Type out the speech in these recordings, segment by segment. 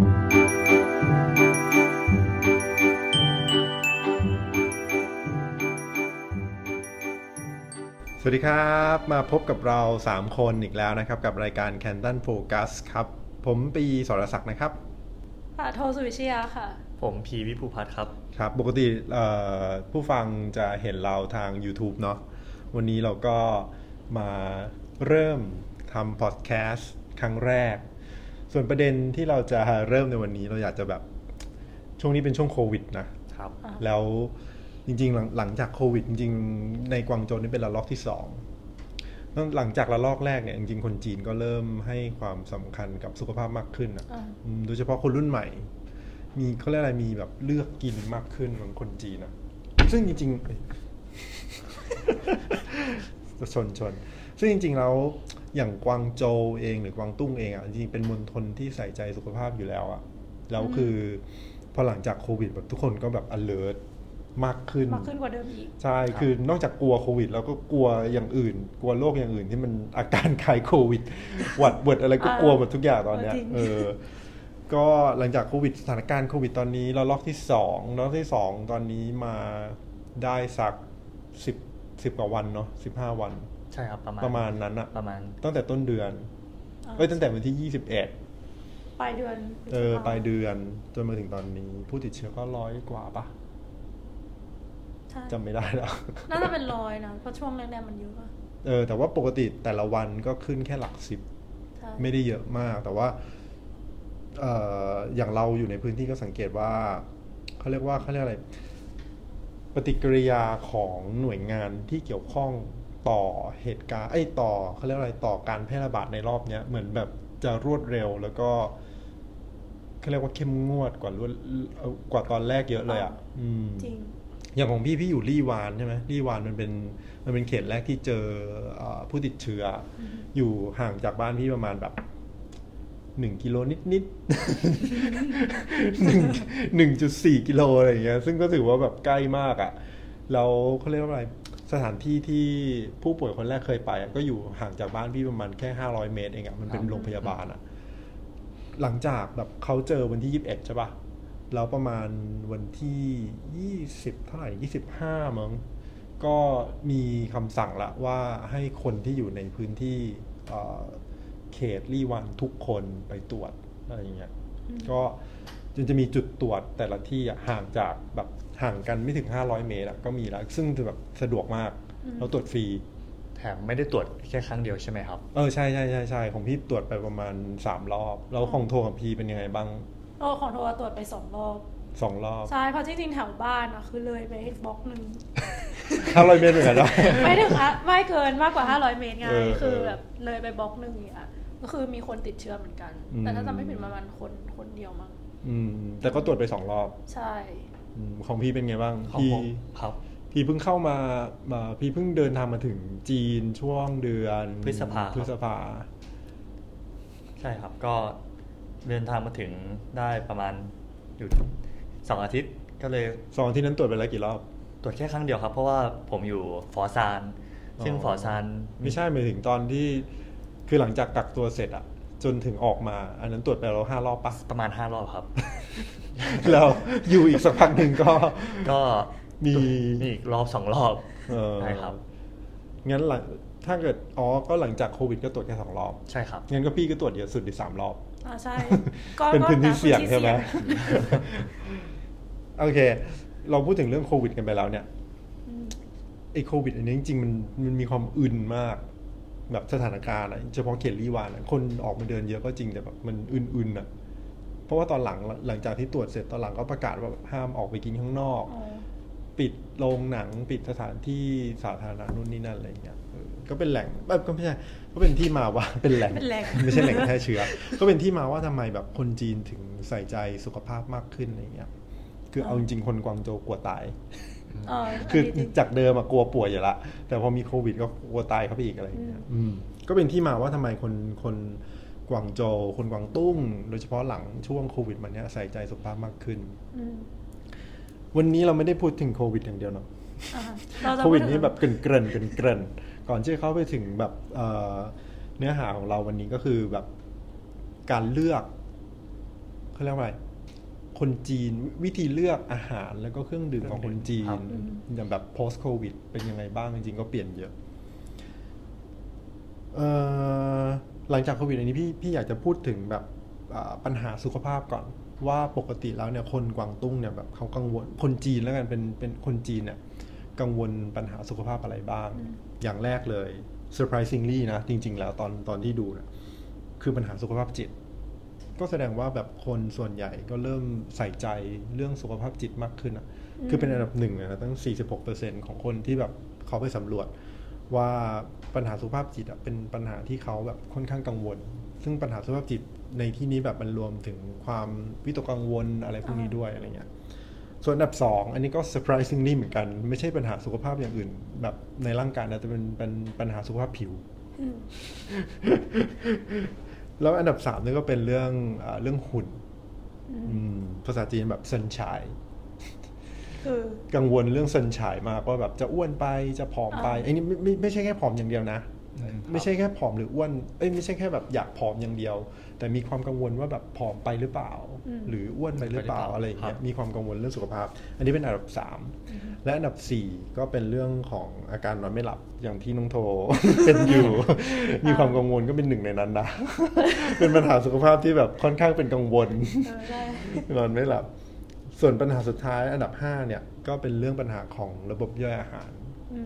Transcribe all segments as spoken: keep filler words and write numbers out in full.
สวัสดีครับมาพบกับเราสามคนอีกแล้วนะครับกับรายการ Canton Focus ครับผมปีสรศักดิ์นะครับค่ะโทสุวิชยาค่ะผมพีวิภูพัฒน์ครับครับปกติผู้ฟังจะเห็นเราทาง YouTube เนาะวันนี้เราก็มาเริ่มทำพอดแคสต์ครั้งแรกส่วนประเด็นที่เราจะเริ่มในวันนี้เราอยากจะแบบช่วงนี้เป็นช่วงโควิดนะครับแล้วจริงๆหลังจากโควิดจริงๆในกวางโจวนี่เป็นระลอกที่สองหลังจากระลอกแรกเนี่ยจริงๆคนจีนก็เริ่มให้ความสำคัญกับสุขภาพมากขึ้นนะโดยเฉพาะคนรุ่นใหม่มีเขาเรียกอะไรมีแบบเลือกกินมากขึ้นของคนจีนนะซึ่งจริงๆชนชนซึ่งจริงๆแล้วอย่างกวางโจวเองหรือกวางตุ้งเองอ่ะจริงๆเป็นมณฑลที่ใส่ใจสุขภาพอยู่แล้วอ่ะแล้วคือพอหลังจากโควิดแบบทุกคนก็แบบ alertมากขึ้นมากขึ้นกว่าเดิมอีกใช่คือนอกจากกลัวโควิดแล้วก็กลัวอย่างอื่นกลัวโรคอย่างอื่นที่มันอาการคล้ายโควิดหวัดเบิดอะไรก็กลัวหมดทุกอย่างตอนเนี้ยเออก็หลังจากโควิดสถานการณ์โควิดตอนนี้เราล็อกที่สองล็อกที่สองตอนนี้มาได้สักสิบ สิบกว่าวันเนาะสิบห้าวันใช่ครับประมาณประมาณนั้นอะประมาณตั้งแต่ต้นเดือนเอ้ยตั้งแต่วันที่ยี่สิบเอ็ดปลายเดือนเออปลายเดือนจนมาถึงตอนนี้ผู้ติดเชื้อก็ร้อยกว่าปะจำไม่ได้แล้วน่าจะเป็นร้อยนะเพราะช่วงแรกๆมันเยอะเออแต่ว่าปกติแต่ละวันก็ขึ้นแค่หลักสิบไม่ได้เยอะมากแต่ว่าเอ่ออย่างเราอยู่ในพื้นที่ก็สังเกตว่าเขาเรียกว่าเขาเรียกอะไรปฏิกิริยาของหน่วยงานที่เกี่ยวข้องต่อเหตุการณ์ไอ้ต่อเขาเรียกอะไรต่อการแพร่ระบาดในรอบเนี้ยเหมือนแบบจะรวดเร็วแล้วก็เขาเรียกว่าเข้มงวดกว่ารวดกว่าตอนแรกเยอะเลยอ่ะอืมจริงอย่างของพี่พี่อยู่ลี่หวานใช่ไหมลี่หวานมันเป็นมันเป็นเขตแรกที่เจอผู้ติดเชื้ออยู่ห่างจากบ้านพี่ประมาณแบบหนึ่งกิโลนิดนิดหนึ่งหนึ่งจุดสี่กิโลอะไรอย่างเงี้ยซึ่งก็ถือว่าแบบใกล้มากอ่ะแล้วเขาเรียกว่าอะไรสถานที่ที่ผู้ป่วยคนแรกเคยไปก็อยู่ห่างจากบ้านพี่ประมาณแค่ห้าร้อยเมตรเองอ่ะมันเป็นโรงพยาบาลอ่ะหลังจากแบบเขาเจอวันที่ยี่สิบเอ็ดใช่ป่ะแล้วประมาณวันที่ยี่สิบเท่าไหร่ยี่สิบห้ามั้งก็มีคำสั่งละว่าให้คนที่อยู่ในพื้นที่เขตลี่วันทุกคนไปตรวจอะไรอย่างเงี้ยก็จนจะมีจุดตรวจแต่ละที่ห่างจากแบบห่างกันไม่ถึงห้าร้อยเมตรก็มีแล้วซึ่งแบบสะดวกมากเราตรวจฟรีแถมไม่ได้ตรวจแค่ครั้งเดียวใช่ไหมครับเออใช่ใช่ใช่ใช่ของพี่ตรวจไปประมาณสามรอบแล้วของโทรกับพี่เป็นยังไงบ้างโอ้ของโทรตรวจไปสองรอบสองรอบใช่เพราะจริงๆแถวบ้านอ่ะคือเลยไปบล็อกนึงห้าร้อยเมตรเหมือนกันนะไม่ถึงอ่ะไม่เกินมากกว่าห้าร้อยเมตรไงคือแบบเลยไปบล็อกนึงอ่ะก็คือมีคนติดเชื้อเหมือนกันแต่ถ้าจำไม่ผิดประมาณคนคนเดียวมั้งอืมแต่ก็ตรวจไปสองรอบใช่ของพี่เป็นไงบ้างพี่ครับพี่เพิ่งเข้ามามาพี่เพิ่งเดินทางมาถึงจีนช่วงเดือนพฤษภาพฤษภาใช่ครับก็เดินทางมาถึงได้ประมาณอยู่สองอาทิตย์ก็เลยสองอาทิตย์นั้นตรวจไปแล้วกี่รอบตรวจแค่ครั้งเดียวครับเพราะว่าผมอยู่ฝอซานซึ่งฝอซานไม่ใช่หมายถึงตอนที่คือหลังจากกักตัวเสร็จอะจนถึงออกมาอันนั้นตรวจไปแล้วห้ารอบปะประมาณห้ารอบครับแล้วอยู่อีกสักพักหนึ่งก็ก็มีมีอีกรอบสองรอบใช่ครับงั้นหลังถ้าเกิดอ๋อก็หลังจากโควิดก็ตรวจแค่สองรอบใช่ครับงั้นก็พี่ก็ตรวจเยอะสุดที่สามรอบอ่าใช่เป็นพื้นที่เสี่ยงใช่ไหมโอเคเราพูดถึงเรื่องโควิดกันไปแล้วเนี่ยไอ้โควิดอันนี้จริงๆมันมันมีความอึนมากแบบสถานการณ์อะเฉพาะเขตลี่หวานคนออกมาเดินเยอะก็จริงแต่แบบมันอึนๆอะเพราะว่าตอนหลังหลังจากที่ตรวจเสร็จตอนหลังก็ประกาศว่าห้ามออกไปกินข้างนอกปิดโรงหนังปิดสถานที่สาธารณะนู่นนี่นั่นอะไรอย่างเงี้ยก็เป็นแหล่งแบบก็ไม่ใช่ก็เป็นที่มาว่าเป็นแหล่งไม่ใช่แหล่งแพร่เชื้อก็เป็นที่มาว่าทำไมแบบคนจีนถึงใส่ใจสุขภาพมากขึ้นอะไรเงี้ยคือเอาจริงๆคนกวางโจวกลัวตายคือจากเดิมอะกลัวป่วยอยู่ละแต่พอมีโควิดก็กลัวตายเข้าไปอีกอะไรอย่างเงี้ยก็เป็นที่มาว่าทำไมคนคนกวางโจวคนกวางตุ้งโดยเฉพาะหลังช่วงโควิดมันเนี้ยใส่ใจสุขภาพมากขึ้นวันนี้เราไม่ได้พูดถึงโควิดอย่างเดียวเนาะโควิดนี้แบบเกริ่นเกริ่นเกริ่นเกริ่นก่อนที่เข้าไปถึงแบบเนื้อหาของเราวันนี้ก็คือแบบการเลือกเขาเรียกว่าอะไรคนจีนวิธีเลือกอาหารแล้วก็เครื่องดื่มของคนจีนอย่างแบบ post covid เป็นยังไงบ้างจริงๆก็เปลี่ยนเยอะหลังจากโควิดอันนี้พี่พี่อยากจะพูดถึงแบบปัญหาสุขภาพก่อนว่าปกติแล้วเนี่ยคนกวางตุ้งเนี่ยแบบเขากังวลคนจีนแล้วกันเป็นเป็นคนจีนเนี่ยกังวลปัญหาสุขภาพอะไรบ้างอย่างแรกเลย surprisingly นะจริงๆแล้วตอนตอนที่ดูนะคือปัญหาสุขภาพจิตก็แสดงว่าแบบคนส่วนใหญ่ก็เริ่มใส่ใจเรื่องสุขภาพจิตมากขึ้นอ่ะคือเป็นอันดับหนึ่งนะตั้ง สี่สิบหกเปอร์เซ็นต์ ของคนที่แบบเขาไปสำรวจว่าปัญหาสุขภาพจิตอ่ะเป็นปัญหาที่เขาแบบค่อนข้างกังวลซึ่งปัญหาสุขภาพจิตในที่นี้แบบมันรวมถึงความวิตกกังวลอะไรพวกนี้ด้วยอะไรเงี้ยส่วนอันดับสองอันนี้ก็ surprisingly เหมือนกันไม่ใช่ปัญหาสุขภาพอย่างอื่นแบบในร่างกายนะแต่เป็นเป็นปัญหาสุขภาพผิวแล้วอันดับสามนี่ก็เป็นเรื่องอ่าเรื่องหุ่นภาษาจีนแบบเซินฉายกังวลเรื่องเซินฉายมากว่าแบบจะอ้วนไปจะผอมไปไอ้นี่ไม่ไม่ไม่ใช่แค่ผอมอย่างเดียวนะไม่ใช่แค่ผอมหรืออ้วนเอ้ยไม่ใช่แค่แบบอยากผอมอย่างเดียวแต่มีความกังวลว่าแบบผอมไปหรือเปล่าหรืออ้วนไปหรือเปล่าอะไรอย่างเงี้ยมีความกังวลเรื่องสุขภาพอันนี้เป็นอันดับสามและอันดับสี่ก็เป็นเรื่องของอาการนอนไม่หลับอย่างที่น้องโทเป็นอยู่มีความกังวลก็เป็นหนึ่งในนั้นนะเป็นปัญหาสุขภาพที่แบบค่อนข้างเป็นกังวลนอนไม่หลับส่วนปัญหาสุดท้ายอันดับห้าเนี่ยก็เป็นเรื่องปัญหาของระบบย่อยอาหาร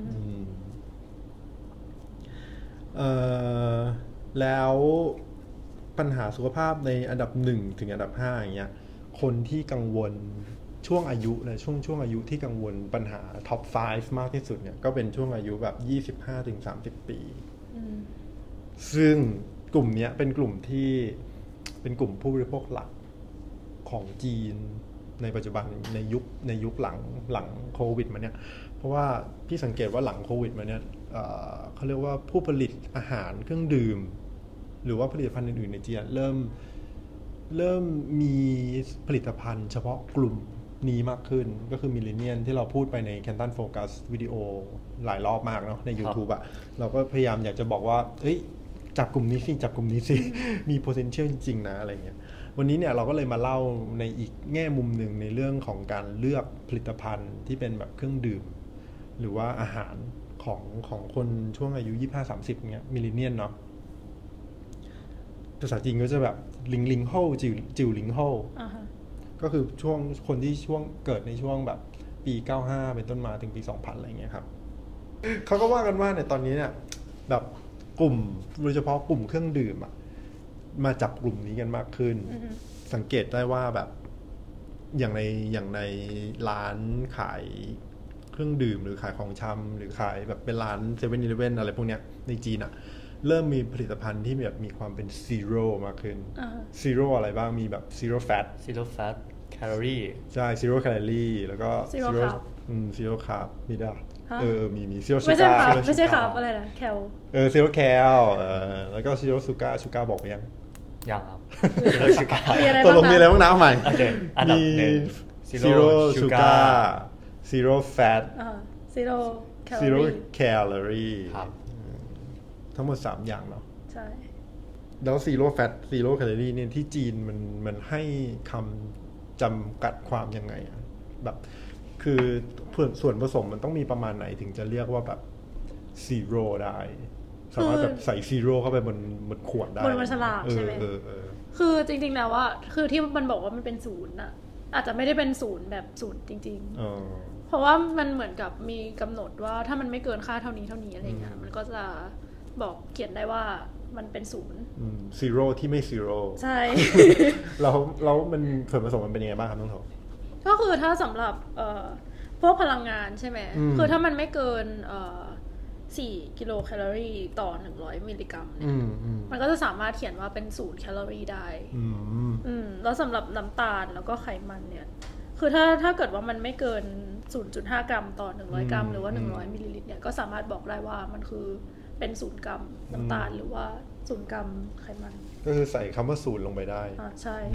แล้วปัญหาสุขภาพในอันดับหนึ่งถึงอันดับห้าอย่างเงี้ยคนที่กังวลช่วงอายุนะช่วงช่วงอายุที่กังวลปัญหาท็อปห้ามากที่สุดเนี่ยก็เป็นช่วงอายุแบบ ยี่สิบห้าถึงสามสิบ ปีซึ่งกลุ่มนี้เป็นกลุ่มที่เป็นกลุ่มผู้บริโภคหลักของจีนในปัจจุบันในยุคในยุคหลังหลังโควิดมาเนี่ยเพราะว่าพี่สังเกตว่าหลังโควิดมาเนี่ย เอ่อ เขาเรียกว่าผู้ผลิตอาหารเครื่องดื่มหรือว่าผลิตภัณฑ์อื่นๆในจีนเริ่มเริ่มมีผลิตภัณฑ์เฉพาะกลุ่มนี้มากขึ้นก็คือมิลเลนเนียลที่เราพูดไปใน Canton Focus วิดีโอหลายรอบมากเนาะใน YouTube อ่ะเราก็พยายามอยากจะบอกว่าเอ้ยจับกลุ่มนี้สิจับกลุ่มนี้สิมี potential จริงๆนะอะไรเงี้ยวันนี้เนี่ยเราก็เลยมาเล่าในอีกแง่มุมหนึ่งในเรื่องของการเลือกผลิตภัณฑ์ที่เป็นแบบเครื่องดื่มหรือว่าอาหารของของคนช่วงอายุ ยี่สิบห้าถึงสามสิบ เงี้ยมิลเลนเนียลเนาะภาษาจีนก็จะแบบลิงลิงโฮจิวจิวลิงโฮก็คือช่วงคนที่ช่วงเกิดในช่วงแบบปีเก้าสิบห้าเป็นต้นมาถึงปีสองพันอะไรเงี้ยครับเขาก็ว่ากันว่าในตอนนี้เนี่ยแบบกลุ่มโดยเฉพาะกลุ่มเครื่องดื่มอะมาจับกลุ่มนี้กันมากขึ้น mm-hmm. สังเกตได้ว่าแบบอย่างในอย่างในร้านขายเครื่องดื่มหรือขายของชำหรือขายแบบเป็นร้าน เซเว่น อีเลฟเว่น อะไรพวกเนี้ยในจีนอะเริ่มมีผลิตภัณฑ์ที่แบบมีความเป็นซีโร่มากขึ้นซีโร่ uh-huh. อะไรบ้างมีแบบซีโร่แฟตซีโร่แฟตแคลอรี่ใช่ซีโร่แคลอรี่แล้วก็ซีโร่คาร์บอืมซีโร่คาร์บมีได้เออมีมีซีโร่ชูการ์ไม่ใช่คาร์บอะไรนะแคลเออซีโร่แคลเออแล้วก็ซีโร่ชูการ์ชูการ์บอกไปยังยังครับซีโร่ชูการ์ตกลงมีอะไรบ้างนะใหม่มีซีโร่ชูการ์ซีโร่แฟตซีโร่แคลอรี่ซีโร่แคลอรี่ทั้งหมดสามอย่างเนาะใช่แล้วซีโร่แฟตซีโร่แคลอรี่เนี่ยที่จีนมันมันให้คำจำกัดความยังไงอ่ะแบบคือส่วนผสมมันต้องมีประมาณไหนถึงจะเรียกว่าแบบซีโร่ได้สามารถแบบใส่ซีโร่เข้าไปบนบนขวดได้บนบนฉลากใช่ไหมเออเออคือจริงๆแล้วว่าคือที่มันบอกว่ามันเป็นศูนย์อ่ะอาจจะไม่ได้เป็นศูนย์แบบศูนย์จริงๆอ, เพราะว่ามันเหมือนกับมีกำหนดว่าถ้ามันไม่เกินค่าเท่านี้เท่านี้อะไรเงี้ยมันก็จะบอกเขียนได้ว่ามันเป็นศูนย์ซีโร่ที่ไม่ซีโร่ใช่แล้วแล้วมันส่วนผสมมันเป็นยังไงบ้างครับน้องโถก็คือถ้าสำหรับพวกพลังงานใช่ไหมคือถ้ามันไม่เกินสี่กิโลแคลอรี่ต่อหนึ่งร้อยมิลลิกรัมเนี่ยมันก็จะสามารถเขียนว่าเป็นศูนย์แคลอรี่ได้อืมแล้วสำหรับน้ำตาลแล้วก็ไขมันเนี่ยคือถ้าถ้าเกิดว่ามันไม่เกิน ศูนย์จุดห้า กรัมต่อหนึ่งร้อยกรัมหรือว่าหนึ่งร้อยมิลลิลิตรเนี่ยก็สามารถบอกได้ว่ามันคือเป็นศูนย์กรัมน้ำตาลหรือว่าศูนย์กรัมไขมันก็คือใส่คำว่าศูนย์ลงไปได้อ่าใช่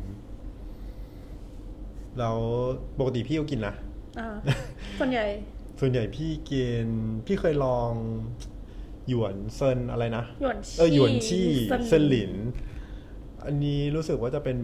แล้วปกติพี่ก็กินนะอ่าส่วนใหญ่ส่วนใหญ่พี่กินพี่เคยลองหยวนเซินอะไรนะหยวนเออหยวนชี่เซินหลินอันนี้รู้สึกว่าจะเป็นแบบ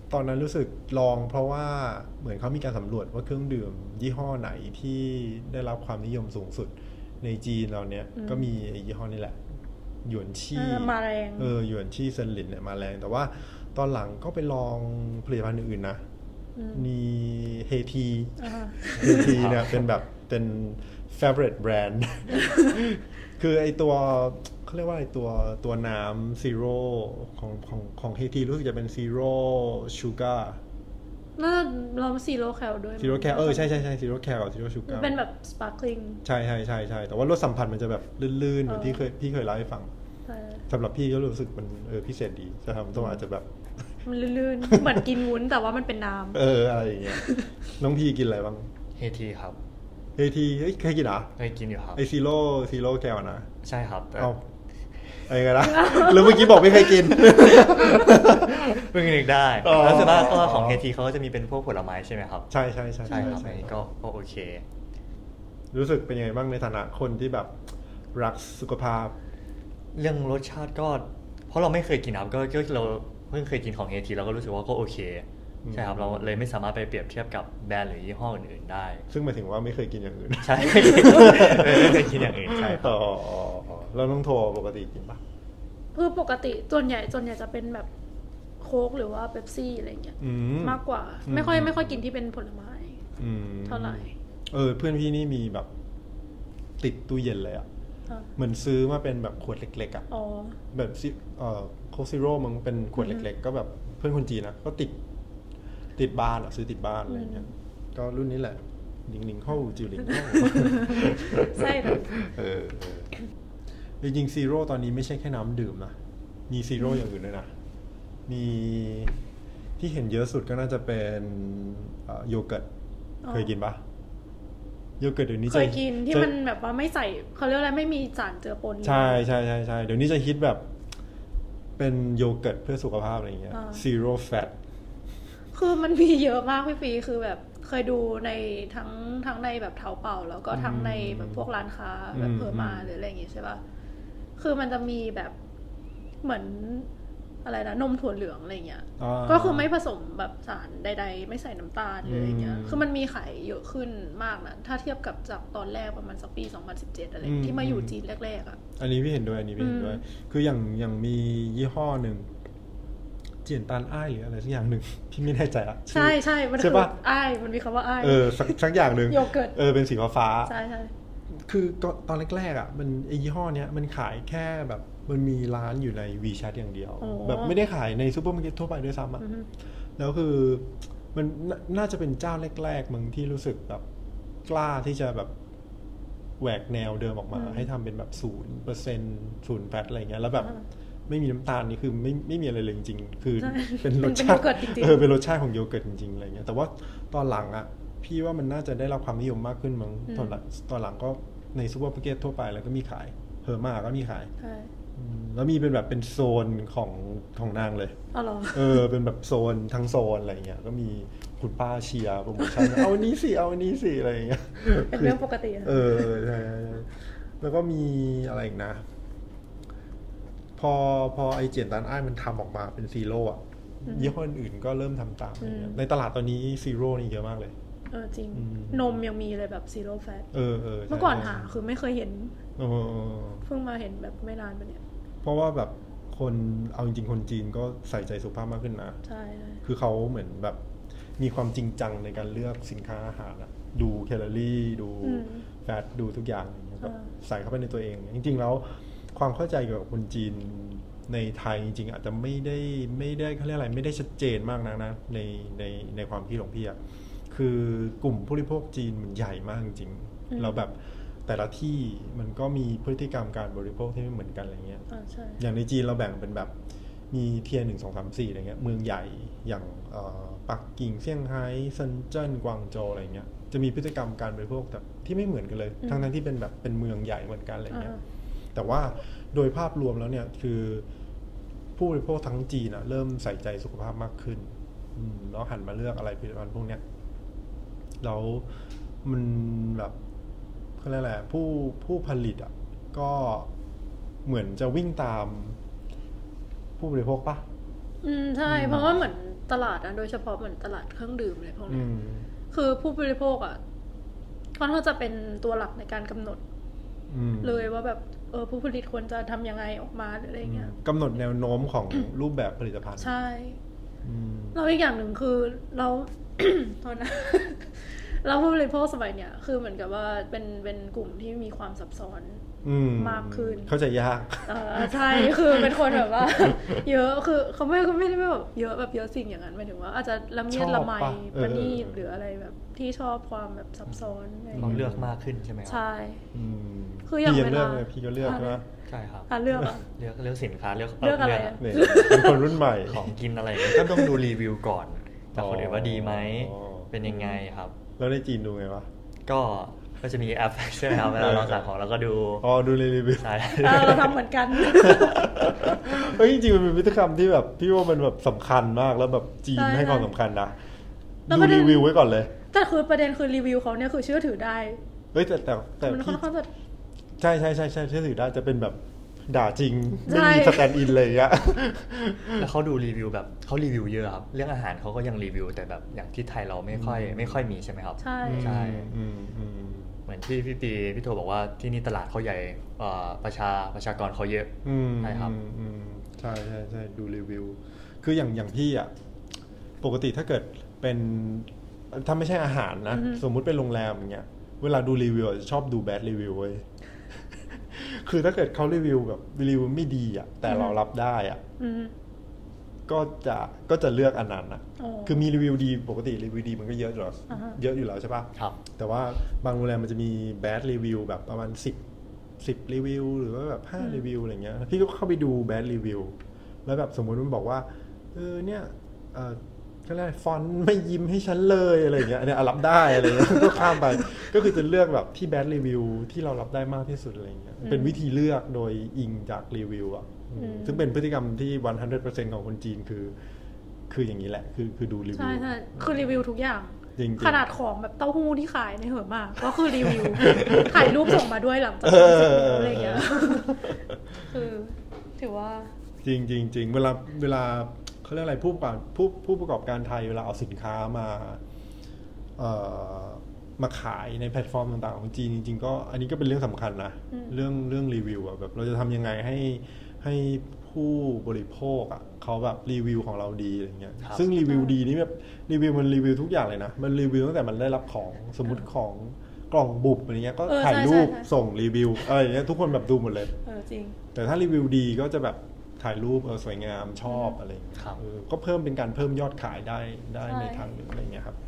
ตอนนั้นรู้สึกลองเพราะว่าเหมือนเขามีการสำรวจว่าเครื่องดื่มยี่ห้อไหนที่ได้รับความนิยมสูงสุดในจีนเราเนี้ยก็มียี่ห้อนี้แหละหยวนชี่มาแรงเออหยวนชี่เซินหลินเนี่ยมาแรงแต่ว่าตอนหลังก็ไปลองผลิตภัณฑ์อื่นๆนะมีเฮทีเฮทีเนี่ยเป็นแบบเป็น favorite brand คือไอตัวเขาเรียกว่าไอตัวตัวน้ำซีโร่ของของของเฮทีรู้สึกจะเป็นซีโร่ชูการ์น่าลองซีโร่แคลด้วยซีโร่แคลเออใช่ใช่ใช่ซีโร่แคลกับซีโร่ชูการ์เป็นแบบสปาร์คลิงใช่ใช่ใช่ใช่แต่ว่ารสสัมผัสมันจะแบบลื่นๆเหมือนที่เคยพี่เคยเล่าให้ฟังสำหรับพี่ก็รู้สึกมันเออพิเศษดีจะทำตัวอาจจะแบบมันลื่นๆเหมือนกินวุ้นแต่ว่ามันเป็นน้ำเอออะไรอย่างเงี้ยน้องพี่กินอะไรบ้างเฮทีครับเฮทีเฮ้ยเคยกินเหรอเคยกินอยู่ครับไอซีโร่ซีโร่แคลนะใช่ครับเอาไอ้ไงล่ะหรือเมื่อกี้บอกไม่เคยกินเพิ่งนึกได้แล้วส่วนมากก็ของเฮทีเขาก็จะมีเป็นพวกผลไม้ใช่ไหมครับใช่ใช่ใช่ใช่ครับก็โอเครู้สึกเป็นยังไงบ้างในฐานะคนที่แบบรักสุขภาพเรื่องรสชาติก็เพราะเราไม่เคยกินครับก็ก็เราเพิ่งเคยกินของเฮทีเราก็รู้สึกว่าก็โอเคใช่ครับเราเลยไม่สามารถไปเปรียบเทียบกับแบรนด์หรือยี่ห้ออื่นๆได้ซึ่งหมายถึงว่าไม่เคยกินอย่างอื่นใช่ไม่เคยกินอย่างอื่นใช่อ๋อแล้วน้องโทปกติกินปะคือปกติส่วนใหญ่ส่วนใหญ่จะเป็นแบบโค้กหรือว่าเป๊ปซี่อะไรเงี้ยมากกว่าไม่ค่อยไม่ค่อยกินที่เป็นผลไม้เท่าไหร่เออเพื่อนพี่นี่มีแบบติดตู้เย็นเลยอ่ะเหมือนซื้อมาเป็นแบบขวดเล็กๆอ่ะแบบเอ่อโคซิโร่มันเป็นขวดเล็กๆก็แบบเพื่อนคนจีนนะก็ติดติดบ้านอ่ะซื้อติดบ้านอะไรเงี้ยก็รุ่นนี้แหละหนิงหนิงเข้าจิ๋วหลิงเข้าใช่ค่ะเออจริงๆซีโร่ตอนนี้ไม่ใช่แค่น้ำดื่มนะมีซีโร่อย่างอื่นด้วยนะมีที่เห็นเยอะสุดก็น่าจะเป็นโยเกิร์ตเคยกินปะโยเกิร์ตเดี๋ยวนี้เคยกินที่มันแบบว่าไม่ใส่เขาเรียกอะไรไม่มีสารเจือปนใช่ใช่ใช่ใช่เดี๋ยวนี้จะฮิตแบบเป็นโยเกิร์ตเพื่อสุขภาพอะไรเงี้ย zero fat คือมันมีเยอะมากพี่ฟีคือแบบเคยดูในทั้งทั้งในแบบเท้าเป่าแล้วก็ทั้งในแบบพวกร้านค้าแบบเพอร์มาหรืออะไรอย่างงี้ใช่ป่ะคือมันจะมีแบบเหมือนอะไรนะนมถั่วเหลืองอะไรเงี้ยก็คือไม่ผสมแบบสารใดๆไม่ใส่น้ำตาลหรืออะไรเงี้ยคือมันมีขายเยอะขึ้นมากนะถ้าเทียบกับจากตอนแรกประมาณสักปีสองพันสิบเจ็ดอะไรที่มาอยู่จีนแรกๆอ่ะอันนี้พี่เห็นด้วยอันนี้พี่เห็นด้วยคืออย่างอย่างมียี่ห้อหนึ่งเจียนตานอ้ายหรืออะไรสักอย่างหนึ่งพี่ไม่แน่ใจอ่ะใช่ใช่มันคืออ้ายมันมีคำว่าอ้ายเออสักอย่างหนึ่งโยเกิร์ตเออเป็นสีฟ้าใช่ใช่คือตอนแรกๆอ่ะมันไอยี่ห้อเนี้ยมันขายแค่แบบมันมีร้านอยู่ใน WeChat อย่างเดียวแบบไม่ได้ขายในซูเปอร์มาร์เก็ตทั่วไปด้วยซ้ำอ่ะแล้วคือมันน่าจะเป็นเจ้าแรกๆมึงที่รู้สึกแบบกล้าที่จะแบบแหวกแนวเดิมออกมาให้ทำเป็นแบบศูนย์เปอร์เซ็นต์ศูนย์แฟตอะไรเงี้ยแล้วแบบไม่มีน้ำตาลนี่คือไม่ไม่มีอะไรเลยจริงๆคือเป็นรสชาติเออเป็นรสชาติของโยเกิร์ตจริงๆอะไรเงี้ยแต่ว่าตอนหลังอ่ะพี่ว่ามันน่าจะได้รับความนิยมมากขึ้นมั้งตอนหลังตอนหลังก็ในซูเปอร์มาร์เก็ตทั่วไปแล้วก็มีขายเฮอร์มาก็มีขายแล้วมีเป็นแบบเป็นโซนของของนางเลยอ๋อเหรอเออเป็นแบบโซนทั้งโซนอะไรเงี้ยก็มีคุณป้าเชียร์โปรโมชั่นเอาอันนี้สิเอาอันนี้สิอะไรเงี้ยเป็นเรื่องปกติเออใช่แล้วก็มีอะไรอีกนะพอพอไอเจียนตานอ้ายมันทำออกมาเป็นซีโร่อะยี่ห้ออื่นก็เริ่มทำตามในตลาดตอนนี้ซีโร่นี่เยอะมากเลยเออจริงนมยังมีเลยแบบซีโร่แฟตเออเออเมื่อก่อนหาคือไม่เคยเห็นเพิ่งมาเห็นแบบไม่นานมาเนี้ยเพราะว่าแบบคนเอาจริงๆคนจีนก็ใส่ใจสุขภาพมากขึ้นนะใช่คือเขาเหมือนแบบมีความจริงจังในการเลือกสินค้าอาหารอะดูแคลอรี่ดูแฟตดูทุกอย่างแบบใส่เข้าไปในตัวเองจริงๆแล้วความเข้าใจเกี่ยวกับคนจีนในไทยจริงๆอาจจะไม่ได้ไม่ได้เขาเรียกอะไรไม่ได้ชัดเจนมากนักนะในในในความคิดของพี่อะคือกลุ่มผู้บริโภคจีนมันใหญ่มากจริงๆเราแบบแต่ละที่มันก็มีพฤติกรรมการบริโภคที่ไม่เหมือนกันอะไรเงี้ยอย่างในจีนเราแบ่งเป็นแบบมีเทียร์หนึ่งสองสามสี่อะไรเงี้ยเมืองใหญ่อย่างปักกิ่งเซี่ยงไฮ้เซินเจิ้นกวางโจวอะไรเงี้ยจะมีพฤติกรรมการบริโภคแบบที่ไม่เหมือนกันเลยทั้งนั้นที่เป็นแบบเป็นเมืองใหญ่เหมือนกันอะไรเงี้ยแต่ว่าโดยภาพรวมแล้วเนี่ยคือผู้บริโภคทั้งจีนอะเริ่มใส่ใจสุขภาพมากขึ้นแล้วหันมาเลือกอะไรผลิตภัณฑ์พวกเนี้ยแล้วมันแบบเขาเรียกอะไรผู้ผู้ผลิตอ่ะก็เหมือนจะวิ่งตามผู้บริโภคปะอืมใช่เพราะว่าเหมือนตลาดนะโดยเฉพาะเหมือนตลาดเครื่องดื่มอะไรพวกนี้คือผู้บริโภคอ่ะค่อนข้างจะเป็นตัวหลักในการกำหนดเลยว่าแบบเออผู้ผลิตควรจะทำยังไงออกมาหรืออะไรเงี้ยกำหนดแนวโน้มของรูปแบบผลิตภัณฑ์ใช่แล้วอีกอย่างหนึ่งคือเราโทษนะเราผู้บริโภคสมัยเนี้ยคือเหมือนกับว่าเป็นเป็นกลุ่มที่มีความซับซ้อนมากขึ้นเข้าใจยากเออใช่คือเป็นคนแบบว่าเยอะคือเขาไม่เขาไม่ได้แบบเยอะแบบเยอะสิ่งอย่างนั้นหมายถึงว่าอาจจะละเมียดละไมประณีตหรืออะไรแบบที่ชอบความแบบซับซ้อนต้องเลือกมากขึ้นใช่ไหมใช่คืออย่างเวลาพี่ก็เลือกนะใช่ครับเลือกเลือกเลือกสินค้าเลือกเลือกอะไรเป็นคนรุ่นใหม่ของกินอะไรก็ต้องดูรีวิวก่อนจากคนอื่นว่าดีไหมเป็นยังไงครับแล้วในจีนดูไงวะก็ก็จะมีแอปใช่ไหมครับเวลาเราสั่งของเราก็ดูอ๋อดูรีวิวใช่เราทำเหมือนกันเฮ้ยจริงๆมันเป็นวิธีกรรมที่แบบพี่ว่ามันแบบสำคัญมากแล้วแบบจีนให้ความสำคัญนะดูรีวิวไว้ก่อนเลยแต่คือประเด็นคือรีวิวเขาเนี่ยคือเชื่อถือได้เฮ้ยแต่แต่แต่พี่ใช่ใช่ใช่ใช่เชื่อถือได้จะเป็นแบบด่าจริงไม่มีสแตนด์อินเลยอะแล้วเขาดูรีวิวแบบเขารีวิวเยอะครับเรื่องอาหารเขาก็ยังรีวิวแต่แบบอย่างที่ไทยเราไม่ค่อยไม่ค่อยมีใช่ไหมครับใช่ใช่เหมือนที่พี่ปีพี่โทบอกว่าที่นี่ตลาดเขาใหญ่ประชาประชากรเขาเยอะใช่ครับใช่ใช่ใช่ดูรีวิวคืออย่างอย่างพี่อะปกติถ้าเกิดเป็นถ้าไม่ใช่อาหารนะสมมุติเป็นโรงแรมอย่างเงี้ยเวลาดูรีวิวจะชอบดูแบดรีวิวเว้ยคือถ้าเกิดเขารีวิวแบบรีวิวไม่ดีอ่ะแต่เรารับได้อ่ะก็จะก็จะเลือกอันนั้นอ่ะคือมีรีวิวดีปกติรีวิวดีมันก็เยอะอยู่แล้วเยอะอยู่แล้วใช่ป่ะครับแต่ว่าบางโรงแรมมันจะมีแบดรีวิวแบบประมาณสิบ สิบรีวิวหรือว่าแบบห้ารีวิวอะไรเงี้ยพี่ก็เข้าไปดูแบดรีวิวแล้วแบบสมมุติมันบอกว่าเออเนี่ยเออก็ได้ฟอนต์ไม่ยิ้มให้ฉันเลยอะไรเงี้ยเนี่ยรับได้อะไรเงี้ยก็ข้ามไปก็คือจะเลือกแบบที่แบดรีวิวที่เรารับได้มากที่สุดอะไรเงี้ยเป็นวิธีเลือกโดยอิงจากรีวิวอ่ะซึ่งเป็นพฤติกรรมที่ หนึ่งร้อยเปอร์เซ็นต์ ของคนจีนคือคืออย่างนี้แหละคือคือดูรีวิวใช่ใช่คือรีวิวทุกอย่างขนาดของแบบเต้าหู้ที่ขายในเหอะมากก็คือรีวิวถ่ายรูปส่งมาด้วยหลังจากอะไรเงี้ยคือถือว่าจริงจริงจริงเวลาเวลาเขาเรียกอะไรผู้ประกอบผู้ผู้ประกอบการไทยเวลาเอาสินค้ามาเอ่อมาขายในแพลตฟอร์มต่างๆของจีนจริงๆก็อันนี้ก็เป็นเรื่องสำคัญนะเรื่องเรื่องรีวิวอ่ะแบบเราจะทำยังไงให้ให้ผู้บริโภคอ่ะเขาแบบรีวิวของเราดีอะไรเงี้ยซึ่งรีวิวดีนี่แบบรีวิวมันรีวิวทุกอย่างเลยนะมันรีวิวตั้งแต่มันได้รับของสมมุติของกล่องบุบอะไรเงี้ยก็ถ่ายรูปส่งรีวิวอะไรเงี้ยทุกคนแบบดูหมดเลยเออจริงแต่ถ้ารีวิวดีก็จะแบบถ่ายรูปเออสวยงามชอบอะไรเออก็เพิ่มเป็นการเพิ่มยอดขายได้ได้ในทางหนึ่งอะไรเงี้ยครับ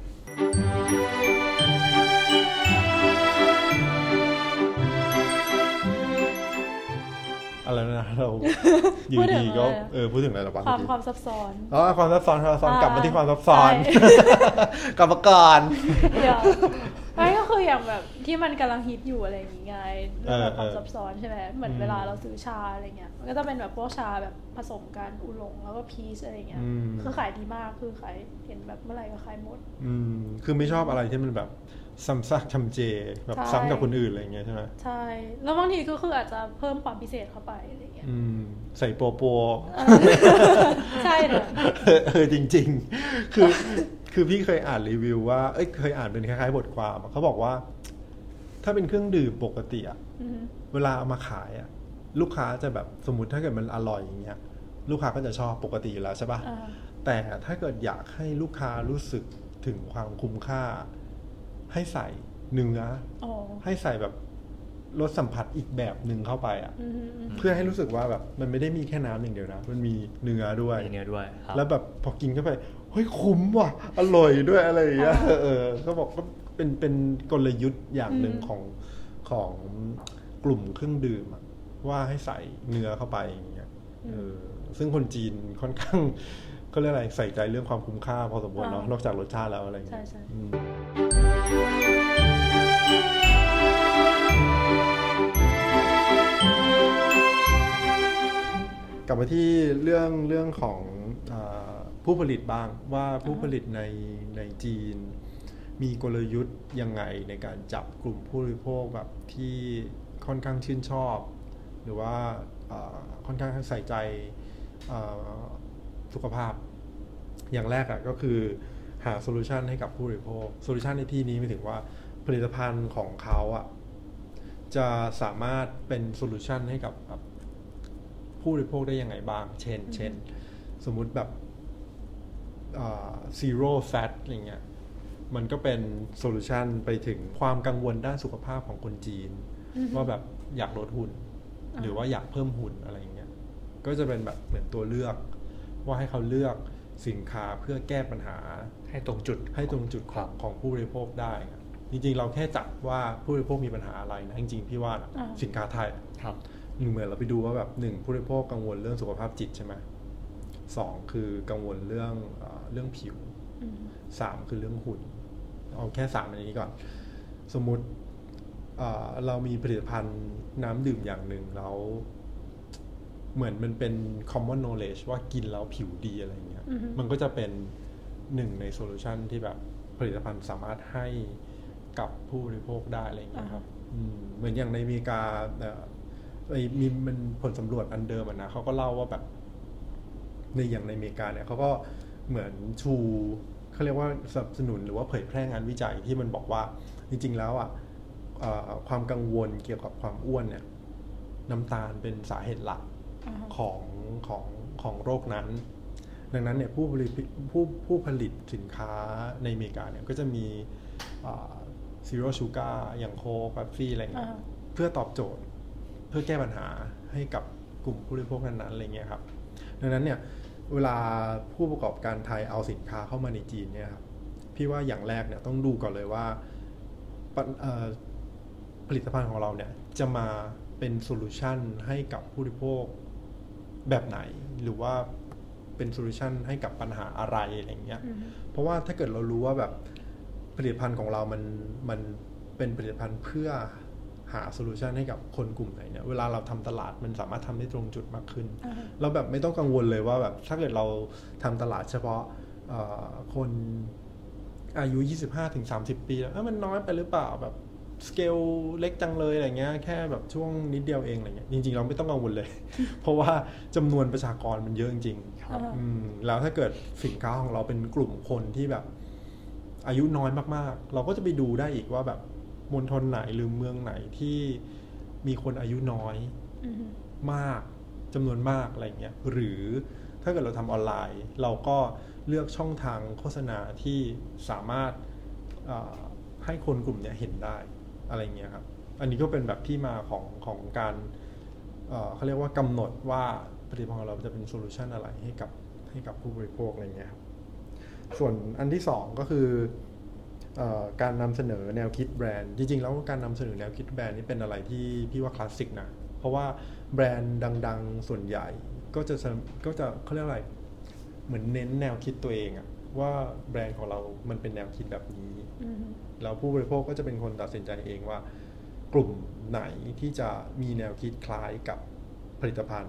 อะไรนะเราอยู่ดีก็เออพูดถึงอะไรหรอความความซับซ้อนอ๋อความซับซ้อนความซับซ้อนกลับมาที่ความซับซ้อนกลับมาก่อนเดี๋ยวไม่ก็คืออย่างแบบที่มันกำลังฮิตอยู่อะไรอย่างงี้ไงเรื่องความซับซ้อนใช่ไหมเหมือนเวลาเราซื้อชาอะไรเงี้ยมันก็จะเป็นแบบพวกชาแบบผสมกันอูหลงแล้วก็พีชอะไรเงี้ยคือขายดีมากคือขายเห็นแบบเมื่อไหร่ก็ขายหมดอืมคือไม่ชอบอะไรที่มันแบบซ้ำซากทำเจแบบซ้ำกับคนอื่นอะไรเงี้ยใช่ไหมใช่แล้วบางทีก็คืออาจจะเพิ่มความพิเศษเข้าไปอะไรเงี้ยใส่โปโปใช่เลยเออจริงๆคือคือพี่เคยอ่านรีวิวว่าเอ้ยเคยอ่านเป็นคล้ายๆบทความเขาบอกว่าถ้าเป็นเครื่องดื่มปกติอะเวลาเอามาขายอะลูกค้าจะแบบสมมุติถ้าเกิดมันอร่อยอย่างเงี้ยลูกค้าก็จะชอบปกติอยู่แล้วใช่ป่ะแต่ถ้าเกิดอยากให้ลูกค้ารู้สึกถึงความคุ้มค่าให้ใส่เนื้อให้ใส่แบบรสสัมผัสอีกแบบหนึ่งเข้าไปอ่ะเพื่อให้รู้สึกว่าแบบมันไม่ได้มีแค่น้ำอย่างเดียวนะมันมีเนื้อด้วยเนื้อด้วยแล้วแบบพอกินเข้าไปเฮ้ยคุ้มว่ะอร่อยด้วยอะไรอย่างเงี้ยเออก็บอกก็เป็นเป็นกลยุทธ์อย่างหนึ่งของของกลุ่มเครื่องดื่มว่าให้ใส่เนื้อเข้าไปอย่างเงี้ยเออซึ่งคนจีนค่อนข้างก็เรียกอะไรใส่ใจเรื่องความคุ้มค่าพอสมควรเนาะนอกจากรสชาติแล้วอะไรอย่างเงี้ยกลับมาที่เรื่องเรื่องของผู้ผลิตบ้างว่าผู้ผลิตในในจีนมีกลยุทธ์ยังไงในการจับกลุ่มผู้บริโภคแบบที่ค่อนข้างชื่นชอบหรือว่าค่อนข้างใส่ใจสุขภาพอย่างแรกอ่ะก็คือหาโซลูชันให้กับผู้บริโภคโซลูชันในที่นี้หมายถึงว่าผลิตภัณฑ์ของเขาอ่ะจะสามารถเป็นโซลูชันให้กับผู้บริโภคได้ยังไงบ้างเช่นเช่นสมมุติแบบzero fat อะไรเงี้ยมันก็เป็นโซลูชันไปถึงความกังวลด้านสุขภาพของคนจีนว่าแบบอยากลดหุ่นหรือว่าอยากเพิ่มหุ่นอะไรเงี้ยก็จะเป็นแบบเหมือนตัวเลือกว่าให้เขาเลือกสินค้าเพื่อแก้ปัญหาให้ตรงจุดให้ตรงจุดของของผู้บริโภคได้จริงๆเราแค่จับว่าผู้บริโภคมีปัญหาอะไรนะจริงๆพี่ว่าสินค้าไทยครับหนึ่งเหมือนเราไปดูว่าแบบหนึ่งผู้บริโภคกังวลเรื่องสุขภาพจิตใช่ไหมสองคือกังวลเรื่องเรื่องผิวสามคือเรื่องหุ่นเอาแค่สามอันนี้ก่อนสมมุติเรามีผลิตภัณฑ์น้ำดื่มอย่างหนึ่งแล้วเหมือนมันเป็น common knowledge ว่ากินแล้วผิวดีอะไรเงี้ย mm-hmm. มันก็จะเป็นหนึ่งในโซลูชันที่แบบผลิตภัณฑ์สามารถให้กับผู้บริโภคได้อะไรเงี้ยครับ uh-huh. เหมือนอย่างในอเมริกาไอ้มีมันผลสำรวจอันเดิมนะเขาก็เล่าว่าแบบในอย่างในอเมริกาเนี่ยเขาก็เหมือนชูเขาเรียกว่าสนับสนุนหรือว่าเผยแพร่งานวิจัยที่มันบอกว่าจริงๆแล้วอ่ะความกังวลเกี่ยวกับความอ้วนเนี่ยน้ำตาลเป็นสาเหตุหลัก uh-huh. ของของของโรคนั้นดังนั้นเนี่ยผู้ผลิตผู้ผู้ผลิตสินค้าในอเมริกาเนี่ยก็จะมีซีโร่ชูการ์อย่างโค้กเป๊ปซี่อะไรเงี้ย uh-huh. เพื่อตอบโจทย์เพื่อแก้ปัญหาให้กับกลุ่มผู้บริโภคนั้นๆอะไรเงี้ยครับดังนั้นเนี่ยเวลาผู้ประกอบการไทยเอาสินค้าเข้ามาในจีนเนี่ยครับพี่ว่าอย่างแรกเนี่ยต้องดูก่อนเลยว่าผลิตภัณฑ์ของเราเนี่ยจะมาเป็นโซลูชันให้กับผู้บริโภคแบบไหนหรือว่าเป็นโซลูชันให้กับปัญหาอะไรอะไรเงี้ย mm-hmm. เพราะว่าถ้าเกิดเรารู้ว่าแบบผลิตภัณฑ์ของเรามันมันเป็นผลิตภัณฑ์เพื่อหาโซลูชันให้กับคนกลุ่มไหนเนี่ยเวลาเราทำตลาดมันสามารถทำได้ตรงจุดมากขึ้น uh-huh. เราแบบไม่ต้องกังวลเลยว่าแบบถ้าเกิดเราทำตลาดเฉพาะคนอายุ ยี่สิบห้าถึงสามสิบ ปีแล้วมันน้อยไปหรือเปล่าแบบสเกลเล็กจังเลยอะไรเงี้ยแค่แบบช่วงนิดเดียวเองอะไรเงี้ยจริงๆเราไม่ต้องกังวลเลย เพราะว่าจำนวนประชากรมันเยอะจริงๆแล้วถ้าเกิดสินค้าของเราเป็นกลุ่มคนที่แบบอายุน้อยมากๆเราก็จะไปดูได้อีกว่าแบบมณฑลไหนหรือเมืองไหนที่มีคนอายุน้อยมากจำนวนมากอะไรเงี้ยหรือถ้าเกิดเราทำออนไลน์เราก็เลือกช่องทางโฆษณาที่สามารถให้คนกลุ่มนี้เห็นได้อะไรเงี้ยครับอันนี้ก็เป็นแบบที่มาของของการเอ่อเขาเรียกว่ากำหนดว่าผลิตภัณฑ์ของเราจะเป็นโซลูชันอะไรให้กับให้กับผู้บริโภคอะไรเงี้ยครับส่วนอันที่สองก็คือเอ่อการนำเสนอแนวคิดแบรนด์จริงๆแล้วการนำเสนอแนวคิดแบรนด์นี่เป็นอะไรที่พี่ว่าคลาสสิกนะเพราะว่าแบรนด์ดังๆส่วนใหญ่ก็จะก็จะเขาเรียกอะไรเหมือนเน้นแนวคิดตัวเองอะว่าแบรนด์ของเรามันเป็นแนวคิดแบบนี้ mm-hmm. แล้วผู้บริโภคก็จะเป็นคนตัดสินใจเองว่ากลุ่มไหนที่จะมีแนวคิดคล้ายกับผลิตภัณฑ์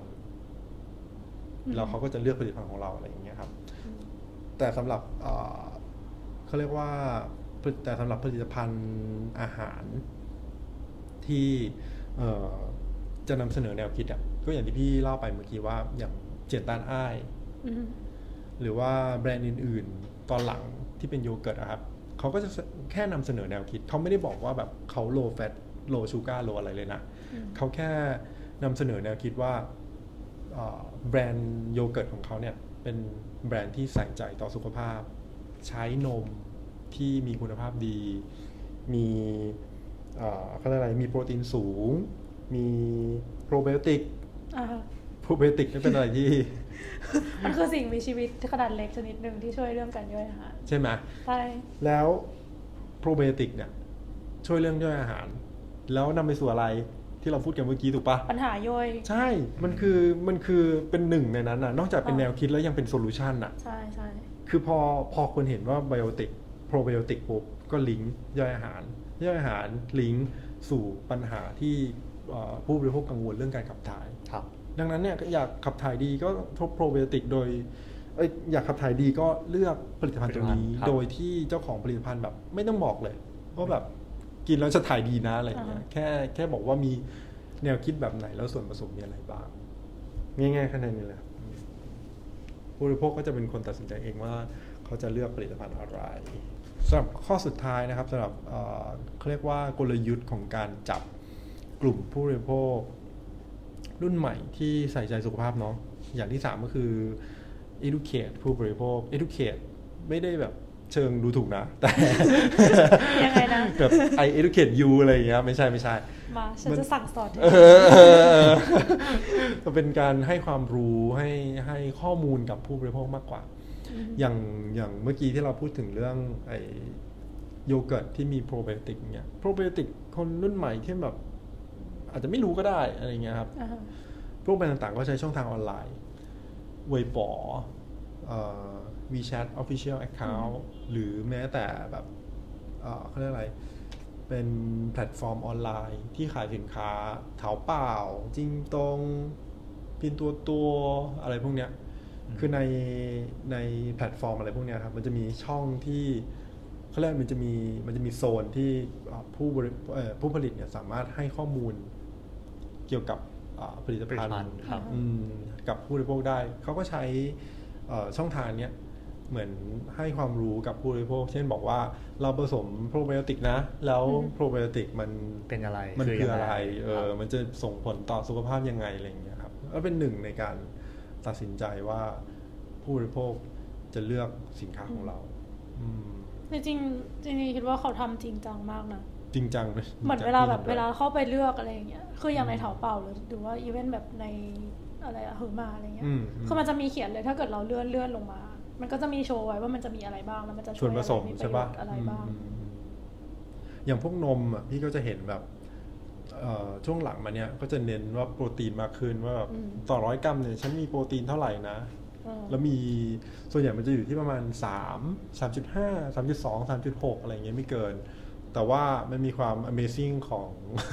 mm-hmm. แล้วเขาก็จะเลือกผลิตภัณฑ์ของเราอะไรอย่างเงี้ยครับ mm-hmm. แต่สำหรับเอ่อเขาเรียกว่าแต่สำหรับผลิตภัณฑ์อาหารที่เอ่อจะนำเสนอแนวคิดอ่ะก็อย่างที่พี่เล่าไปเมื่อกี้ว่าอย่างเจียนต้านอ้าย mm-hmm.หรือว่าแบรนด์อื่นๆตอนหลังที่เป็นโยเกิร์ตครับเขาก็จะแค่นำเสนอแนวคิดเขาไม่ได้บอกว่าแบบเขา low fat low sugar low อะไรเลยนะเขาแค่นำเสนอแนวคิดว่าแบรนด์โยเกิร์ตของเขาเนี่ยเป็นแบรนด์ที่ใส่ใจต่อสุขภาพใช้นมที่มีคุณภาพดีมีเขาเรียกอะไรมีโปรตีนสูงมีโปรไบโอติกโปรไบโอติกนี่เป็นอะไรที่มันคือสิ่งมีชีวิตขนาดเล็กชนิดหนึ่งที่ช่วยเรื่องการย่อยอาหารใช่ไหมใช่แล้วโปรไบโอติกเนี่ยช่วยเรื่องย่อยอาหารแล้วนำไปสู่อะไรที่เราพูดกันเมื่อกี้ถูกปะปัญหาย่อยใช่มันคือมันคือเป็นหนึ่งในนั้นนะนอกจากเป็นแนวคิดแล้วยังเป็นโซลูชันอ่ะใช่ใช่คือพอพอคนเห็นว่าไบโอติกโปรไบโอติกปุ๊บก็ลิงก์ย่อยอาหารย่อยอาหารลิงก์สู่ปัญหาที่ผู้บริโภคกังวลเรื่องการขับถ่ายดังนั้นเนี่ยอยากขับถ่ายดีก็ทบโปรไบโอติกโดยเอ้ยอยากขับถ่ายดีก็เลือกผลิตภัณฑ์ตัวนี้โดยที่เจ้าของผลิตภัณฑ์แบบไม่ต้องบอกเลยว่าแบบกินแล้วจะถ่ายดีนะอะไรอย่างเงี้ยแค่แค่บอกว่ามีแนวคิดแบบไหนแล้วส่วนผสมมีอะไรบ้างง่ายๆแค่นั้นนี่แหละผผู้บริโภคก็จะเป็นคนตัดสินใจเองว่าเขาจะเลือกผลิตภัณฑ์อะไรสำหรับข้อสุดท้ายนะครับสำหรับเอ่อเขาเรียกว่ากลยุทธ์ของการจับกลุ่มผู้บริโภครุ่นใหม่ที่ใส่ใจสุขภาพเนาะอย่างที่สามก็คือ educate ผู้บริโภค educate ไม่ได้แบบเชิงดูถูกนะแต่ยังไงนะแบบ I educate you อะไรอย่างเงี้ยไม่ใช่ไม่ใช่มาฉันจะสั่งสอนเธอจะเป็นการให้ความรู้ให้ให้ข้อมูลกับผู้บริโภคมากกว่าอย่างอย่างเมื่อกี้ที่เราพูดถึงเรื่องไอโยเกิร์ตที่มีโปรไบโอติกเนี่ยโปรไบโอติกคนรุ่นใหม่ที่แบบอาจจะไม่รู้ก็ได้อะไรเงี้ยครับพวกแบรนด์ต่างๆก็ใช้ช่องทางออนไลน์เว็บป๋อWeChat Official Account หรือแม้แต่แบบเอ่อเขาเรียกอะไรเป็นแพลตฟอร์มออนไลน์ที่ขายสินค้าเถาเป่าจริงตรงพินตัวตัวอะไรพวกเนี้ยคือในในแพลตฟอร์มอะไรพวกเนี้ยครับมันจะมีช่องที่เขาเรียกมันจะมีมันจะมีโซนที่ผู้บริผู้ผลิตเนี่ยสามารถให้ข้อมูลเกี่ยวกับผลิตภัณฑ์กับผู้บริโภคได้เขาก็ใช้ช่องทางเนี้ยเหมือนให้ความรู้กับผู้บริโภคเช่นบอกว่าเราผสมโปรไบโอติกนะแล้วโปรไบโอติกมันเป็นอะไรมันคืออะไรเออมันจะส่งผลต่อสุขภาพยังไงอะไรอย่างเงี้ยครับก็เป็นหนึ่งในการตัดสินใจว่าผู้บริโภคจะเลือกสินค้าของเราจริงจริงคิดว่าเขาทำจริงจังมากนะจริงจังเลยเหมือนเวลาแบบเวลาเข้าไปเลือกอะไรอย่างเงี้ยคืออย่างในเถาเป่าหรือว่าอีเวนต์แบบในอะไรอะเฮอร์มาอะไรเงี้ยคือมันจะมีเขียนเลยถ้าเกิดเราเลื่อนเลื่อนลงมามันก็จะมีโชว์ไว้ว่ามันจะมีอะไรบ้างแล้วมันจะช่วยอะไรมีประโยชน์อะไรบ้างอย่างพวกนมอ่ะพี่ก็จะเห็นแบบช่วงหลังมาเนี้ยก็จะเน้นว่าโปรตีนมากขึ้นว่าแบบต่อร้อยกรัมเนี่ยฉันมีโปรตีนเท่าไหร่นะแล้วมีส่วนใหญ่มันจะอยู่ที่ประมาณสาม สามจุดห้า สามจุดสอง สามจุดหก อะไรเงี้ยไม่เกินแต่ว่ามันมีความ Amazing ของ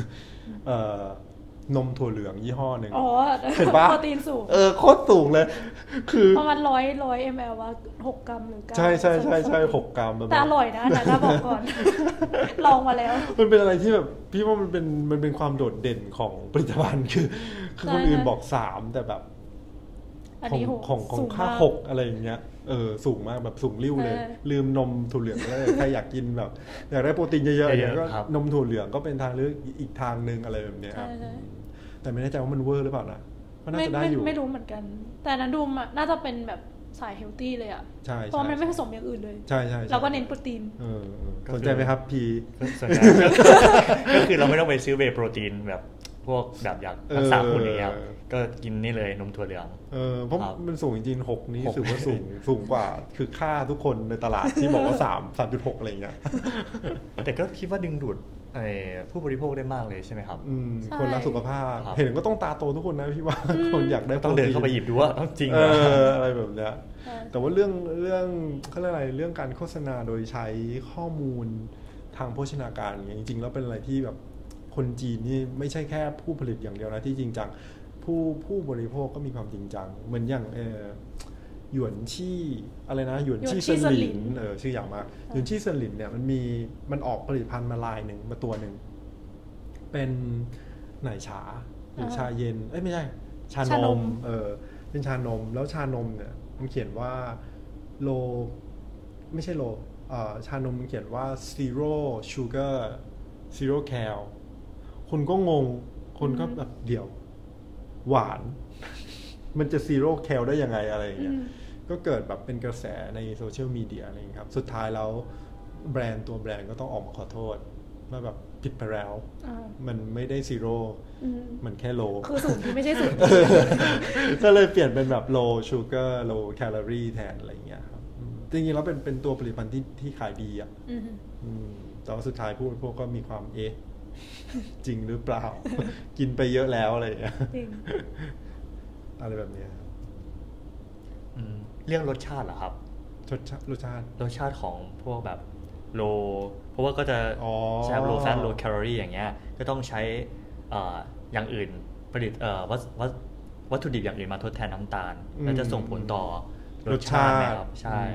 นมถั่วเหลืองยี่ห้อหนึ่งอ๋อเห็นปะโปรตีนสูงเออโคตรสูงเลยคือประมาณร้อยร้อยมลว่าหกกรัมหรือเก้าใช่ใช่ใช่ใช่หกกรัมแต่อร่อยนะแต่บอกก่อนลองมาแล้วมันเป็นอะไรที่แบบพี่ว่ามันเป็นมันเป็นความโดดเด่นของผลิตภัณฑ์คือคือคนอื่นบอกสามแต่แบบของของของค่าหกอะไรอย่างเงี้ยเออสูงมากแบบสูงริ้วเลยลืมนมถั่วเหลืองเลยใครอยากกินแบบอยากได้โปรตีนเยอะๆเนี่ยก็นมถั่วเหลืองก็เป็นทางเลือกอีกทางนึงอะไรแบบเนี้ยครับแต่ไม่แน่ใจว่ามันเวอร์หรือเปล่านะก็น่าจะได้อยู่ไม่รู้เหมือนกันแต่นั้นดูอ่ะน่าจะเป็นแบบสายเฮลตี้เลยอ่ะใช่เพราะมันไม่ผสมอย่างอื่นเลยใช่ใช่เราก็เน้นโปรตีนเออสนใจไหมครับพีสนใจก็คือเราไม่ต้องไปซื้อเวย์โปรตีนแบบพวกแบบอยากรักษาหุ่นเลยครับก็กินนี่เลยนมถั่วเหลืองเออเพราะมันสูงจริงๆหกนี้ถือว่าสูงสูงกว่าคือค่าทุกคนในตลาดที่บอกว่าสาม สามจุดหก อะไรอย่างเงี้ยแต่ก็คิดว่าดึงดูดผู้บริโภคได้มากเลยใช่ไหมครับคนรักสุขภาพเห็นก็ต้องตาโตทุกคนนะพี่ว่าคนอยากได้ต้องเดินเข้าไปหยิบดูว่าต้องจริงอะไรแบบเนี้ยแต่ว่าเรื่องเรื่องเขาเรียกอะไรเรื่องการโฆษณาโดยใช้ข้อมูลทางโภชนาการอย่างจริงๆแล้วเป็นอะไรที่แบบคนจีนนี่ไม่ใช่แค่ผู้ผลิตอย่างเดียวนะที่จริงจังผู้ผู้บริโภคก็มีความจริงจังเหมือนอย่างเออหยวนชี่อะไรนะหยวนชี่เซินหลินเออชื่ออย่างมากหยวนชี่เซินหลินเนี่ยมันมีมันออกผลิตภัณฑ์มาลายหนึ่งมาตัวหนึ่งเป็นไหนชาหรือชาเย็นเอ้ยไม่ใช่ชานมเออเป็นชานมแล้วชานมเนี่ยมันเขียนว่าโลไม่ใช่โลเอ่อชานมมันเขียนว่า zero sugar zero cal คุณก็งงคนก็แบบเดี๋ยวหวานมันจะ zero cal ได้ยังไงอะไรอย่างเงี้ยก็เกิดแบบเป็นกระแสในโซเชียลมีเดียอะไรอย่างเงี้ยครับสุดท้ายแล้วแบรนด์ตัวแบรนด์ก็ต้องออกมาขอโทษว่าแบบผิดไปแล้วมันไม่ได้ zero มันแค่ low คือศูนย์ที่ไม่ใช่ศูนย์ก็เลยเปลี่ยนเป็นแบบ low sugar low calorie แทนอะไรอย่างเงี้ยครับจริงๆแล้วเป็นเป็นตัวผลิตภัณฑ์ที่ที่ขายดีอ่ะแต่ว่าสุดท้ายผู้บริโภคก็มีความเอ๊ะจริงหรือเปล่ากินไปเยอะแล้วอะไรอย่างเงี้ยอะไรแบบนี้เรื่องรสชาติเหรอครับรสชาติรสชาติรสชาติของพวกแบบโลเพราะว่าก็จะใช้โลแฟตโลแคลอรี่อย่างเงี้ยก็ต้องใช้อย่างอื่นผลิตวัตวัตถุดิบอย่างอื่นมาทดแทนน้ำตาลแล้วจะส่งผลต่อรสชาติไหมครับใช่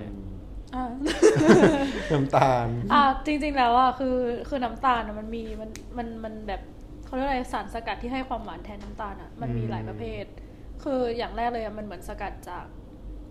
น้ำตาลอ่าจริงๆแล้วอ่ะคือคือน้ำตาลมันมีมันมันมันแบบเขาเรียกอะไรสารสกัดที่ให้ความหวานแทนน้ำตาลอ่ะมันมีหลายประเภทคืออย่างแรกเลยมันเหมือนสกัดจาก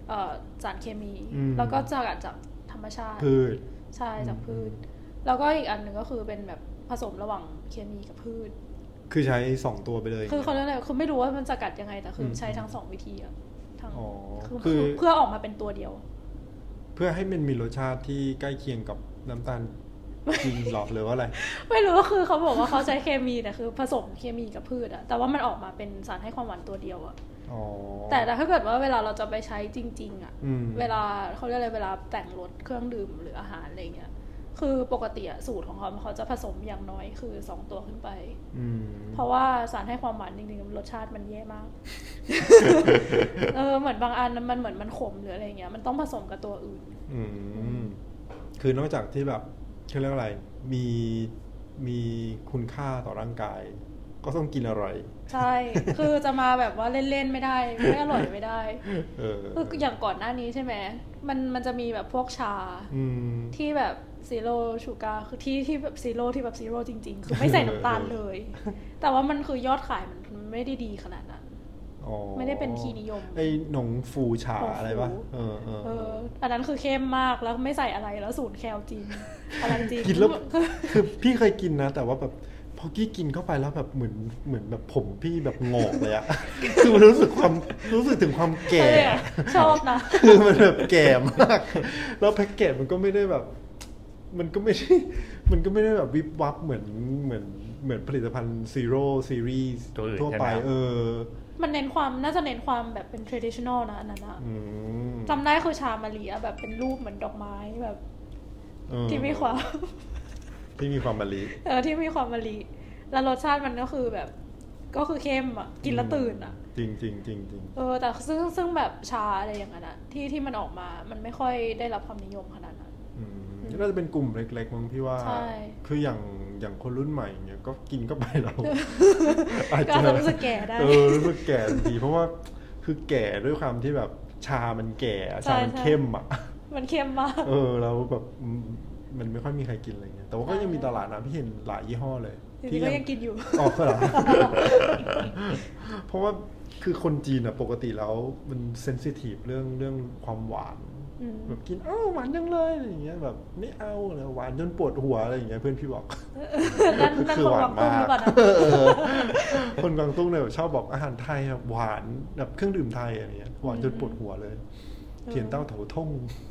สารเคมีแล้วก็สกัดจากธรรมชาติพืชใช่จากพืชแล้วก็อีกอันหนึ่งก็คือเป็นแบบผสมระหว่างเคมีกับพืชคือใช้สองตัวไปเลยคือเขาเรียกอะไรคือไม่รู้ว่ามันสกัดยังไงแต่คือใช้ทั้งสองวิธีอะทั้งคือเพื่อออกมาเป็นตัวเดียวเพื่อให้มันมีรสชาติที่ใกล้เคียงกับน้ำตาลจริงหรอหรือว่าอะไรไม่รู้ก็คือเขาบอกว่าเขาใช้เคมีแต่คือผสมเคมีกับพืชอะแต่ว่ามันออกมาเป็นสารให้ความหวานตัวเดียวอะแต่ถ้าเกิดว่าเวลาเราจะไปใช้จริงๆอะเวลาเขาเรียกอะไรเวลาแต่งรสเครื่องดื่มหรืออาหารอะไรเงี้ยคือปกติอะสูตรของเขาเขาจะผสมอย่างน้อยคือสองตัวขึ้นไปเพราะว่าสารให้ความหวานจริงๆรสชาติมันแย่มากเออเหมือนบางอันมันเหมือนมันขมหรืออะไรเงี้ยมันต้องผสมกับตัวอื่นคือนอกจากที่แบบเขาเรียกอะไรมีมีคุณค่าต่อร่างกายก็ต้องกินอร่อยใช่คือจะมาแบบว่าเล่นๆไม่ได้ไม่อร่อยไม่ได้คืออย่างก่อนหน้านี้ใช่ไหมมันมันจะมีแบบพวกชาที่แบบซีโร่ชูการ์คือที่ที่แบบซีโร่ที่แบบซีโร่จริงๆคือไม่ใส่น้ำตาลเลยแต่ว่ามันคือยอดขายมันไม่ได้ดีขนาดนั้นไม่ได้เป็นที่นิยมไอ้หนงฟูชาอะไรปะเออเอออันนั้นคือเข้มมากแล้วไม่ใส่อะไรแล้วสูตรแคลจริงอะไรจริงกินแล้วคือพี่เคยกินนะแต่ว่าแบบพอกี้กินเข้าไปแล้วแบบเหมือนเหมือนแบบผมพี่แบบงอกเลยอะคือมันรู้สึกความรู้สึกถึงความแก่ชอบนะคือมันแบบแก่มากแล้วแพ็กเกจมันก็ไม่ได้แบบมันก็ไม่ใช่มันก็ไม่ได้แบบวิบวับเหมือนเหมือนเหมือนผลิตภัณฑ์ซีโร่ซีรีส์ทั่วไปเออมันเน้นความน่าจะเน้นความแบบเป็น traditional นะอันนั้นอะจำได้คือชามะลิอะแบบเป็นรูปเหมือนดอกไม้แบบที่มีความที่มีความมะลิเออที่มีความมะลิแล้วรสชาติมันก็คือแบบก็คือเข้มอ่ะกินแล้วตื่นอ่ะจริงจริงจริงจริงเออแต่ซึ่งซึ่งแบบชาอะไรอย่างนั้นที่ที่มันออกมามันไม่ค่อยได้รับความนิยมขนาดนั้นน่าจะเป็นกลุ่มเล็กๆมั้งพี่ว่าคืออย่างอย่างคนรุ่นใหม่เนี่ยก็กินก็ไปแล้วก็จะรู้สึกแก่ได้เออรู้สึกแก่ดีเพราะว่าคือแก่ด้วยความที่แบบชามันแก่ชามันเข้มอ่ะมันเข้มมากเออแล้วแบบมันไม่ค่อยมีใครกินอะไรเงี้ยแต่ว่าก็ยังมีตลาดนะพี่เห็นหลายยี่ห้อเลยพี่ก็ยังกินอยู่อ๋อเหรอเพราะว่าคือคนจีนอ่ะปกติแล้วมันเซนซิทีฟเรื่องเรื่องความหวานแบบกินอ้าวหวานจังเลยอะไรอย่างเงี้ยแบบไม่เอาเลยหวานจนปวดหัวอะไรอย่างเงี้ยเพื่อนพี่บอกคือหวานมากคนกวางตุ้งเนี่ยชอบบอกอาหารไทยแบบหวานแบบเครื่องดื่มไทยอะไรเงี้ยหวานจนปวดหัวเลยเทียนเต้าเถาท่ง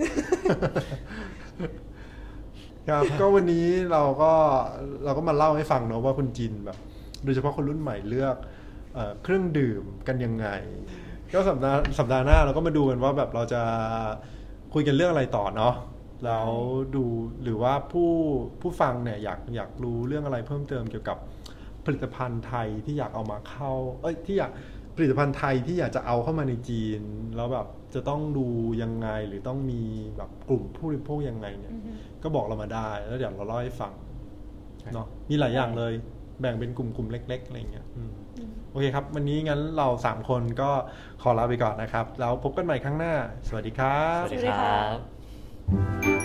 ครับก็วันนี้เราก็เราก็มาเล่าให้ฟังเนาะว่าคนจีนแบบโดยเฉพาะคนรุ่นใหม่เลือกเอ่อเครื่องดื่มกันยังไงก็สัปดาห์สัปดาห์หน้าเราก็มาดูกันว่าแบบเราจะคุยกันเรื่องอะไรต่อเนาะแล้วดูหรือว่าผู้ผู้ฟังเนี่ยอยากอยากรู้เรื่องอะไรเพิ่มเติมเกี่ยวกับผลิตภัณฑ์ไทยที่อยากเอามาเข้าเอ้ยที่อยากผลิตภัณฑ์ไทยที่อยากจะเอาเข้ามาในจีนแล้วแบบจะต้องดูยังไงหรือต้องมีแบบกลุ่มผู้บริโภคยังไงเนี่ยก็บอกเรามาได้แล้วเดี๋ยวเราเล่าให้ฟังเนาะมีหลายอย่างเลยแบ่งเป็นกลุ่มๆเล็กๆอะไรเงี้ยโอเคครับวันนี้งั้นเราสามคนก็ขอลาไปก่อนนะครับแล้วพบกันใหม่ครั้งหน้าสวัสดีครับสวัสดีครับ